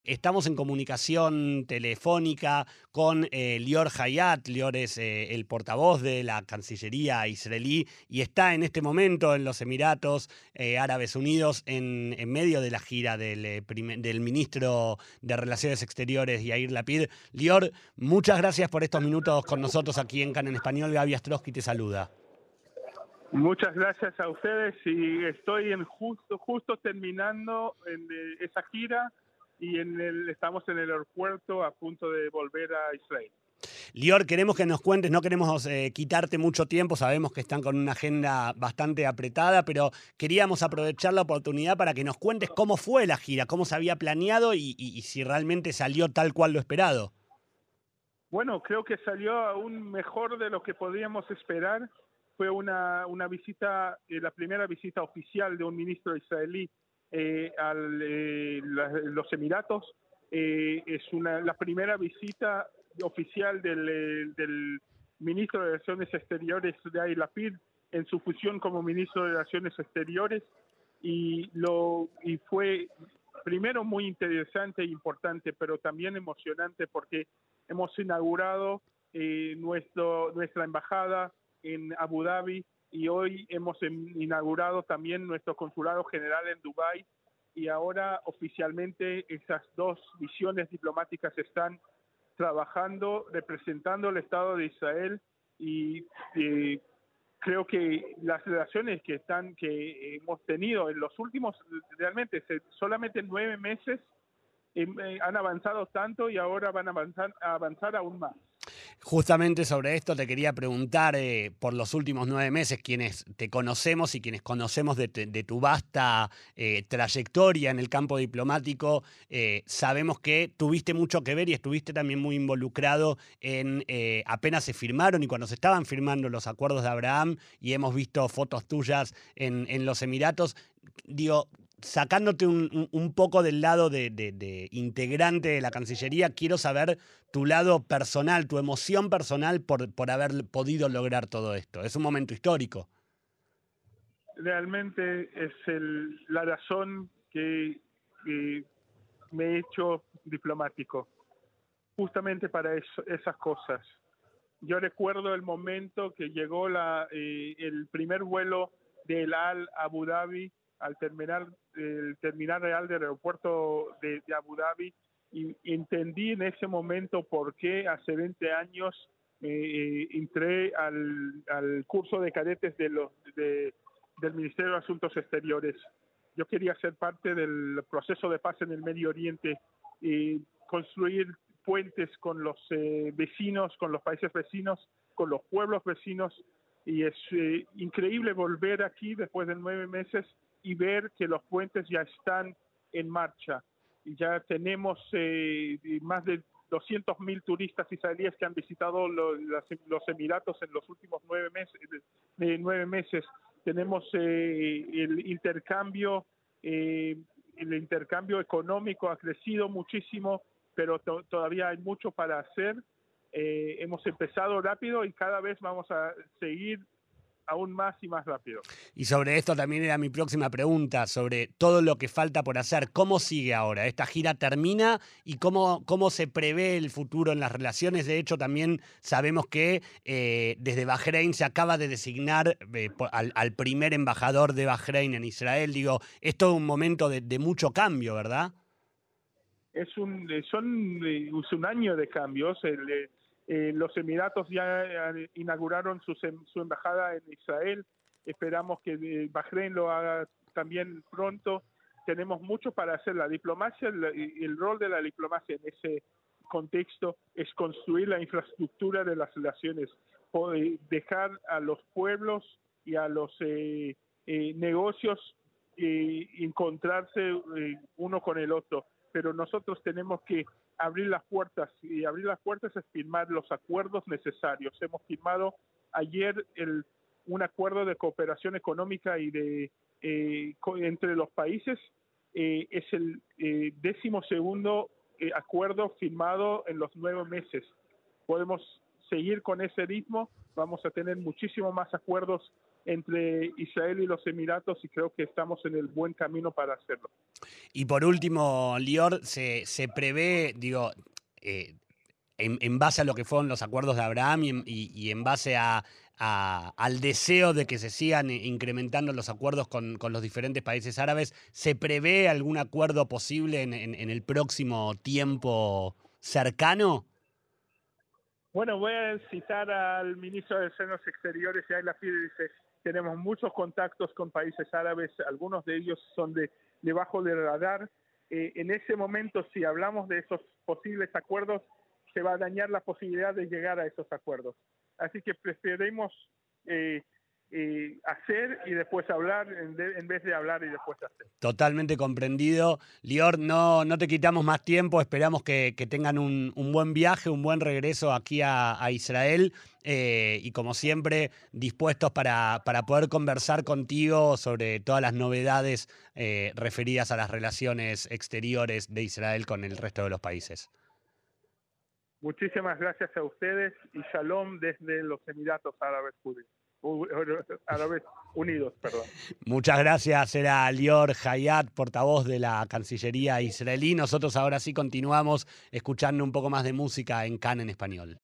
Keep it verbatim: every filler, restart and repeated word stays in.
Estamos en comunicación telefónica con eh, Lior Hayat. Lior es eh, el portavoz de la Cancillería israelí y está en este momento en los Emiratos eh, Árabes Unidos en, en medio de la gira del, eh, prime- del ministro de Relaciones Exteriores, Yair Lapid. Lior, muchas gracias por estos minutos con nosotros aquí en CAN en Español. Gaby Astrosky te saluda. Muchas gracias a ustedes y estoy en justo justo terminando en eh, esa gira y en el, estamos en el aeropuerto a punto de volver a Israel. Lior, queremos que nos cuentes, no queremos eh, quitarte mucho tiempo, sabemos que están con una agenda bastante apretada, pero queríamos aprovechar la oportunidad para que nos cuentes cómo fue la gira, cómo se había planeado y, y- y si realmente salió tal cual lo esperado. Bueno, creo que salió aún mejor de lo que podíamos esperar. Fue una, una visita, eh, la primera visita oficial de un ministro israelí eh, a los Emiratos. Eh, es una, la primera visita oficial del, eh, del ministro de Relaciones Exteriores, Yair Lapid, en su función como ministro de Relaciones Exteriores. Y, lo, y fue primero muy interesante e importante, pero también emocionante porque hemos inaugurado eh, nuestro, nuestra embajada en Abu Dhabi y hoy hemos inaugurado también nuestro consulado general en Dubái y ahora oficialmente esas dos misiones diplomáticas están trabajando, representando el Estado de Israel y eh, creo que las relaciones que están que hemos tenido en los últimos realmente solamente nueve meses eh, han avanzado tanto y ahora van a avanzar, a avanzar aún más. Justamente sobre esto te quería preguntar eh, por los últimos nueve meses, quienes te conocemos y quienes conocemos de, te- de tu vasta eh, trayectoria en el campo diplomático, eh, sabemos que tuviste mucho que ver y estuviste también muy involucrado en eh, apenas se firmaron y cuando se estaban firmando los acuerdos de Abraham y hemos visto fotos tuyas en, en los Emiratos. Digo, sacándote un, un- un poco del lado de, de- de integrante de la Cancillería, quiero saber tu lado personal, tu emoción personal por, por haber podido lograr todo esto. Es un momento histórico. Realmente es el, la razón que, que me he hecho diplomático, justamente para eso, esas cosas. Yo recuerdo el momento que llegó la, eh, el primer vuelo del Al Abu Dhabi al terminal, el terminal real del aeropuerto de, de Abu Dhabi y entendí en ese momento por qué hace veinte años eh, entré al, al curso de cadetes de los, de, del Ministerio de Asuntos Exteriores. Yo quería ser parte del proceso de paz en el Medio Oriente y construir puentes con los eh, vecinos, con los países vecinos, con los pueblos vecinos. Y es eh, increíble volver aquí después de nueve meses y ver que los puentes ya están en marcha. Y ya tenemos eh, más de doscientos mil turistas israelíes que han visitado los, los Emiratos en los últimos nueve meses. Eh, nueve meses. Tenemos eh, el intercambio, eh, el intercambio económico ha crecido muchísimo, pero to todavía hay mucho para hacer. Eh, hemos empezado rápido y cada vez vamos a seguir aún más y más rápido. Y sobre esto también era mi próxima pregunta, sobre todo lo que falta por hacer. ¿Cómo sigue ahora? ¿Esta gira termina y cómo, cómo se prevé el futuro en las relaciones? De hecho, también sabemos que eh, desde Bahrein se acaba de designar eh, por- al, al primer embajador de Bahrein en Israel. Digo, es todo un momento de, de mucho cambio, ¿verdad? Es un, eh, son, eh, es un año de cambios. El, eh, eh, los Emiratos ya eh, inauguraron su, su embajada en Israel. Esperamos que eh, Bahrein lo haga también pronto. Tenemos mucho para hacer. La diplomacia, el, el rol de la diplomacia en ese contexto es construir la infraestructura de las relaciones, poder dejar a los pueblos y a los eh, eh, negocios eh, encontrarse eh, uno con el otro, pero nosotros tenemos que abrir las puertas y abrir las puertas es firmar los acuerdos necesarios. Hemos firmado ayer el, un acuerdo de cooperación económica y de eh, entre los países. Eh, es el eh, décimo segundo eh, acuerdo firmado en los nueve meses. Podemos seguir con ese ritmo, vamos a tener muchísimo más acuerdos entre Israel y los Emiratos y creo que estamos en el buen camino para hacerlo. Y por último, Lior, se, se prevé, digo, eh, en, en base a lo que fueron los acuerdos de Abraham y, en- y- y en base a, a- al deseo de que se sigan incrementando los acuerdos con, con los diferentes países árabes, ¿se prevé algún acuerdo posible en, en- en el próximo tiempo cercano? Bueno, voy a citar al ministro de Relaciones Exteriores, Yair Lapid, y dice, tenemos muchos contactos con países árabes, algunos de ellos son de debajo del radar. Eh, en ese momento, si hablamos de esos posibles acuerdos, se va a dañar la posibilidad de llegar a esos acuerdos. Así que preferimos eh, eh, hacer y después hablar, en, de, en vez de hablar y después hacer. Totalmente comprendido. Lior, no, no te quitamos más tiempo, esperamos que, que tengan un, un buen viaje, un buen regreso aquí a, a Israel eh, y como siempre dispuestos para, para poder conversar contigo sobre todas las novedades eh, referidas a las relaciones exteriores de Israel con el resto de los países. Muchísimas gracias a ustedes y shalom desde los Emiratos Árabes Judíos. Árabes Unidos, perdón. Muchas gracias, era Lior Hayat, portavoz de la Cancillería israelí. Nosotros ahora sí continuamos escuchando un poco más de música en CAN en español.